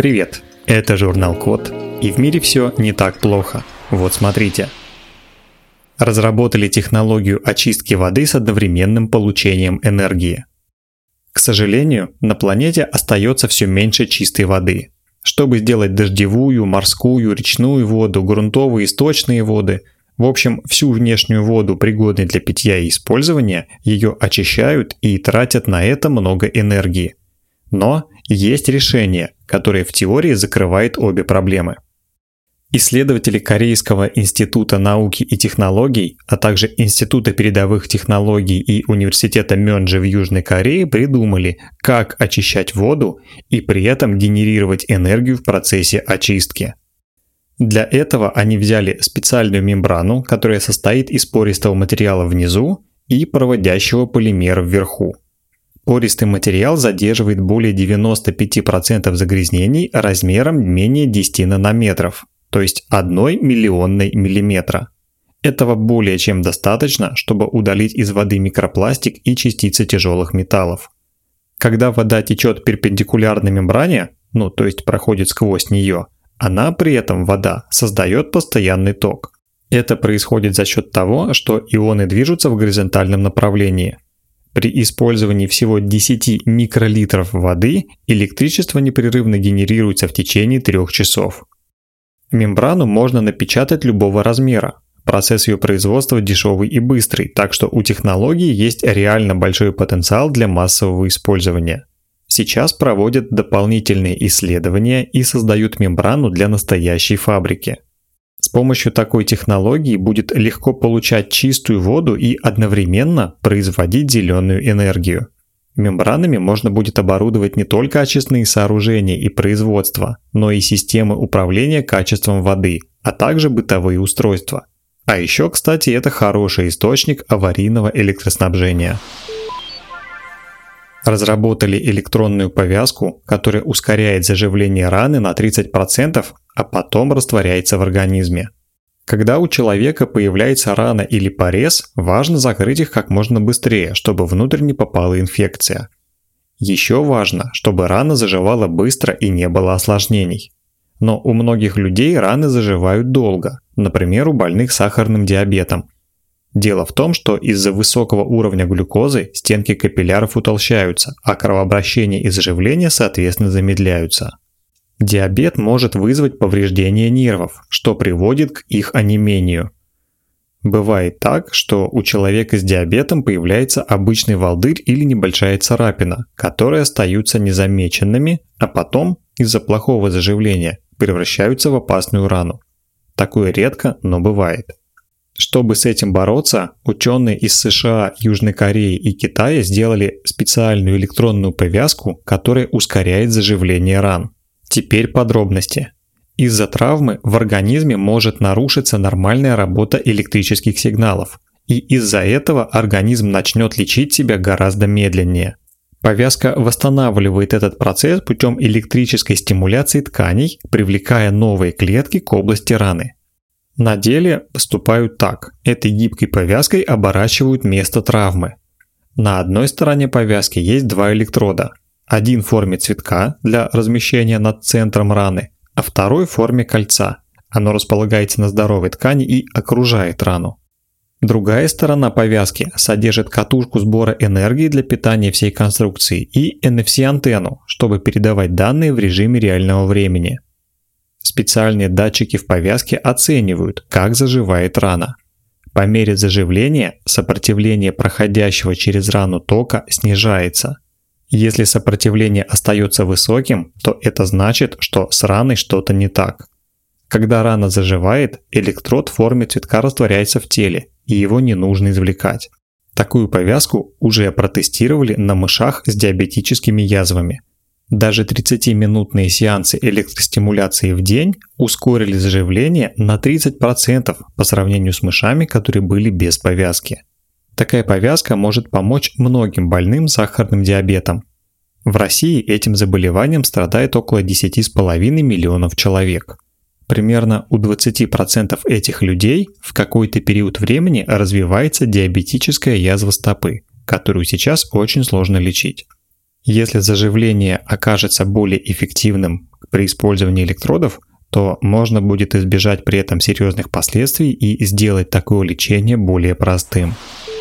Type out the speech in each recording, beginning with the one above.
Привет, это журнал Код, и в мире все не так плохо. Вот смотрите. Разработали технологию очистки воды с одновременным получением энергии. К сожалению, на планете остается все меньше чистой воды. Чтобы сделать дождевую, морскую, речную воду, грунтовые, источные воды, в общем, всю внешнюю воду, пригодную для питья и использования, ее очищают и тратят на это много энергии. Но есть решение, которое в теории закрывает обе проблемы. Исследователи Корейского института науки и технологий, а также Института передовых технологий и Университета Мёнджи в Южной Корее придумали, как очищать воду и при этом генерировать энергию в процессе очистки. Для этого они взяли специальную мембрану, которая состоит из пористого материала внизу и проводящего полимера вверху. Пористый материал задерживает более 95% загрязнений размером менее 10 нанометров, то есть 1 миллионной миллиметра. Этого более чем достаточно, чтобы удалить из воды микропластик и частицы тяжелых металлов. Когда вода течет перпендикулярно мембране, то есть проходит сквозь нее, она при этом, вода, создает постоянный ток. Это происходит за счет того, что ионы движутся в горизонтальном направлении. При использовании всего 10 микролитров воды электричество непрерывно генерируется в течение 3 часов. Мембрану можно напечатать любого размера. Процесс ее производства дешевый и быстрый, так что у технологии есть реально большой потенциал для массового использования. Сейчас проводят дополнительные исследования и создают мембрану для настоящей фабрики. С помощью такой технологии будет легко получать чистую воду и одновременно производить зеленую энергию. Мембранами можно будет оборудовать не только очистные сооружения и производство, но и системы управления качеством воды, а также бытовые устройства. А еще, кстати, это хороший источник аварийного электроснабжения. Разработали электронную повязку, которая ускоряет заживление раны на 30%, а потом растворяется в организме. Когда у человека появляется рана или порез, важно закрыть их как можно быстрее, чтобы внутрь не попала инфекция. Еще важно, чтобы рана заживала быстро и не было осложнений. Но у многих людей раны заживают долго, например, у больных сахарным диабетом. Дело в том, что из-за высокого уровня глюкозы стенки капилляров утолщаются, а кровообращение и заживление, соответственно, замедляются. Диабет может вызвать повреждение нервов, что приводит к их онемению. Бывает так, что у человека с диабетом появляется обычный волдырь или небольшая царапина, которые остаются незамеченными, а потом, из-за плохого заживления, превращаются в опасную рану. Такое редко, но бывает. Чтобы с этим бороться, ученые из США, Южной Кореи и Китая сделали специальную электронную повязку, которая ускоряет заживление ран. Теперь подробности. Из-за травмы в организме может нарушиться нормальная работа электрических сигналов, и из-за этого организм начнет лечить себя гораздо медленнее. Повязка восстанавливает этот процесс путем электрической стимуляции тканей, привлекая новые клетки к области раны. На деле поступают так. Этой гибкой повязкой оборачивают место травмы. На одной стороне повязки есть 2 электрода. Один в форме цветка для размещения над центром раны, а второй в форме кольца. Оно располагается на здоровой ткани и окружает рану. Другая сторона повязки содержит катушку сбора энергии для питания всей конструкции и NFC-антенну, чтобы передавать данные в режиме реального времени. Специальные датчики в повязке оценивают, как заживает рана. По мере заживления сопротивление проходящего через рану тока снижается. Если сопротивление остается высоким, то это значит, что с раной что-то не так. Когда рана заживает, электрод в форме цветка растворяется в теле, и его не нужно извлекать. Такую повязку уже протестировали на мышах с диабетическими язвами. Даже 30-минутные сеансы электростимуляции в день ускорили заживление на 30% по сравнению с мышами, которые были без повязки. Такая повязка может помочь многим больным сахарным диабетом. В России этим заболеванием страдает около 10,5 миллионов человек. Примерно у 20% этих людей в какой-то период времени развивается диабетическая язва стопы, которую сейчас очень сложно лечить. Если заживление окажется более эффективным, при использовании электродов, то можно будет избежать при этом серьезных последствий и сделать такое лечение более простым.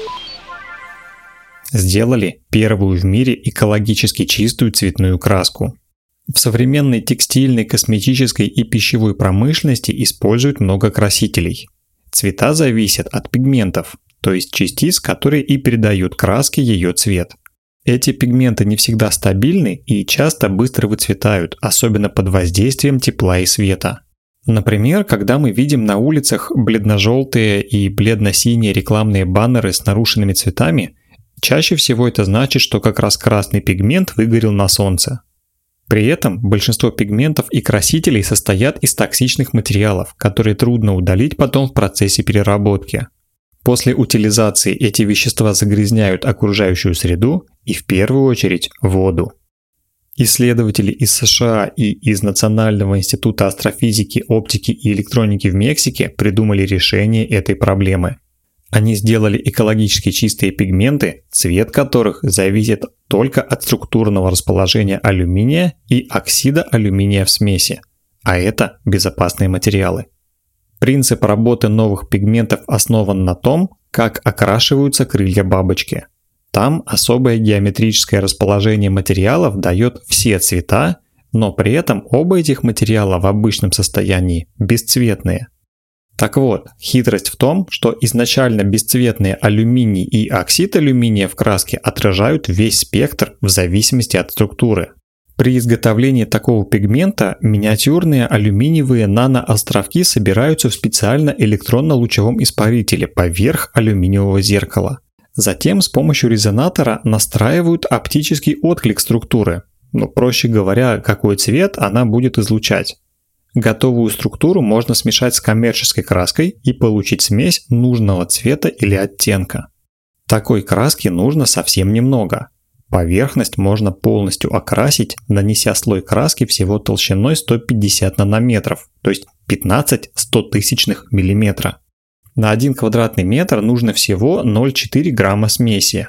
Сделали первую в мире экологически чистую цветную краску. В современной текстильной, косметической и пищевой промышленности используют много красителей. Цвета зависят от пигментов, то есть частиц, которые и передают краске ее цвет. Эти пигменты не всегда стабильны и часто быстро выцветают, особенно под воздействием тепла и света. Например, когда мы видим на улицах бледно-желтые и бледно-синие рекламные баннеры с нарушенными цветами, чаще всего это значит, что как раз красный пигмент выгорел на солнце. При этом большинство пигментов и красителей состоят из токсичных материалов, которые трудно удалить потом в процессе переработки. После утилизации эти вещества загрязняют окружающую среду и в первую очередь воду. Исследователи из США и из Национального института астрофизики, оптики и электроники в Мексике придумали решение этой проблемы. Они сделали экологически чистые пигменты, цвет которых зависит только от структурного расположения алюминия и оксида алюминия в смеси, а это безопасные материалы. Принцип работы новых пигментов основан на том, как окрашиваются крылья бабочки. Там особое геометрическое расположение материалов дает все цвета, но при этом оба этих материала в обычном состоянии бесцветные. Так вот, хитрость в том, что изначально бесцветные алюминий и оксид алюминия в краске отражают весь спектр в зависимости от структуры. При изготовлении такого пигмента миниатюрные алюминиевые наноостровки собираются в специально электронно-лучевом испарителе поверх алюминиевого зеркала. Затем с помощью резонатора настраивают оптический отклик структуры, проще говоря, какой цвет она будет излучать. Готовую структуру можно смешать с коммерческой краской и получить смесь нужного цвета или оттенка. Такой краски нужно совсем немного. Поверхность можно полностью окрасить, нанеся слой краски всего толщиной 150 нанометров, то есть 15 100-тысячных миллиметра. На 1 квадратный метр нужно всего 0,4 грамма смеси.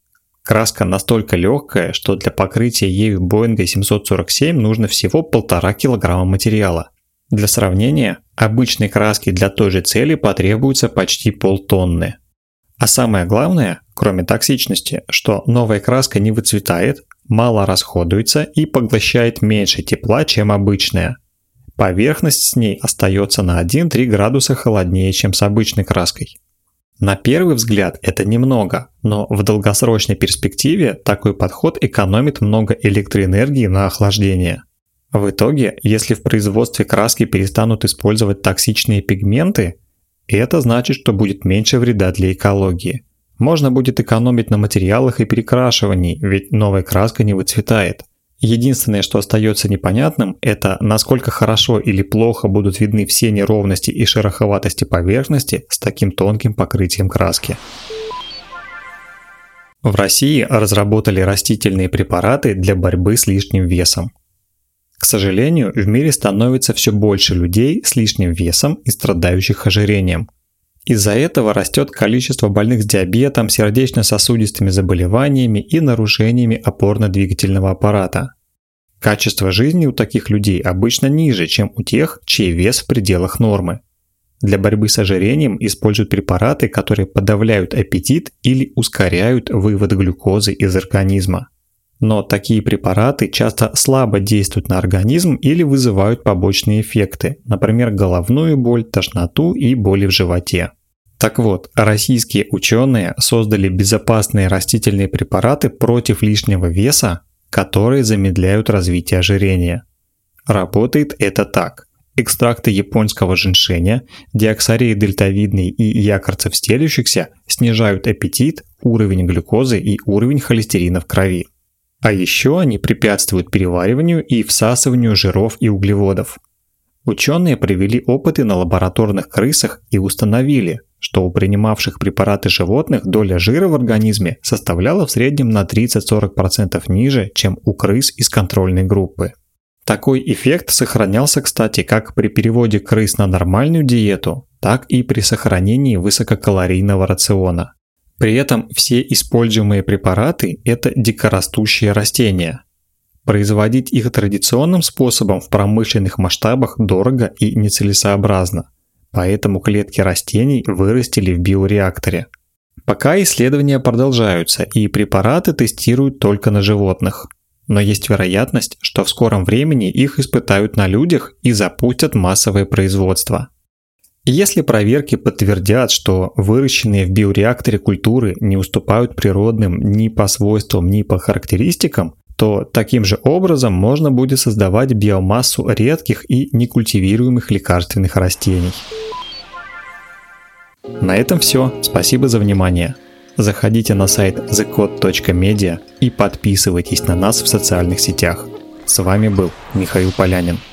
Краска настолько легкая, что для покрытия ею Боинга 747 нужно всего 1,5 килограмма материала. Для сравнения, обычной краски для той же цели потребуется почти полтонны. А самое главное, кроме токсичности, что новая краска не выцветает, мало расходуется и поглощает меньше тепла, чем обычная. Поверхность с ней остается на 1-3 градуса холоднее, чем с обычной краской. На первый взгляд это немного, но в долгосрочной перспективе такой подход экономит много электроэнергии на охлаждение. В итоге, если в производстве краски перестанут использовать токсичные пигменты, это значит, что будет меньше вреда для экологии. Можно будет экономить на материалах и перекрашивании, ведь новая краска не выцветает. Единственное, что остается непонятным, это насколько хорошо или плохо будут видны все неровности и шероховатости поверхности с таким тонким покрытием краски. В России разработали растительные препараты для борьбы с лишним весом. К сожалению, в мире становится все больше людей с лишним весом и страдающих ожирением. Из-за этого растет количество больных с диабетом, сердечно-сосудистыми заболеваниями и нарушениями опорно-двигательного аппарата. Качество жизни у таких людей обычно ниже, чем у тех, чей вес в пределах нормы. Для борьбы с ожирением используют препараты, которые подавляют аппетит или ускоряют вывод глюкозы из организма. Но такие препараты часто слабо действуют на организм или вызывают побочные эффекты, например, головную боль, тошноту и боли в животе. Так вот, российские ученые создали безопасные растительные препараты против лишнего веса, которые замедляют развитие ожирения. Работает это так. Экстракты японского женьшеня, диоксарии дельтовидной и якорцев стелющихся снижают аппетит, уровень глюкозы и уровень холестерина в крови. А еще они препятствуют перевариванию и всасыванию жиров и углеводов. Ученые провели опыты на лабораторных крысах и установили, что у принимавших препараты животных доля жира в организме составляла в среднем на 30-40% ниже, чем у крыс из контрольной группы. Такой эффект сохранялся, кстати, как при переводе крыс на нормальную диету, так и при сохранении высококалорийного рациона. При этом все используемые препараты – это дикорастущие растения. Производить их традиционным способом в промышленных масштабах дорого и нецелесообразно, поэтому клетки растений вырастили в биореакторе. Пока исследования продолжаются и препараты тестируют только на животных, но есть вероятность, что в скором времени их испытают на людях и запустят массовое производство. Если проверки подтвердят, что выращенные в биореакторе культуры не уступают природным ни по свойствам, ни по характеристикам, то таким же образом можно будет создавать биомассу редких и некультивируемых лекарственных растений. На этом все. Спасибо за внимание. Заходите на сайт thecode.media и подписывайтесь на нас в социальных сетях. С вами был Михаил Полянин.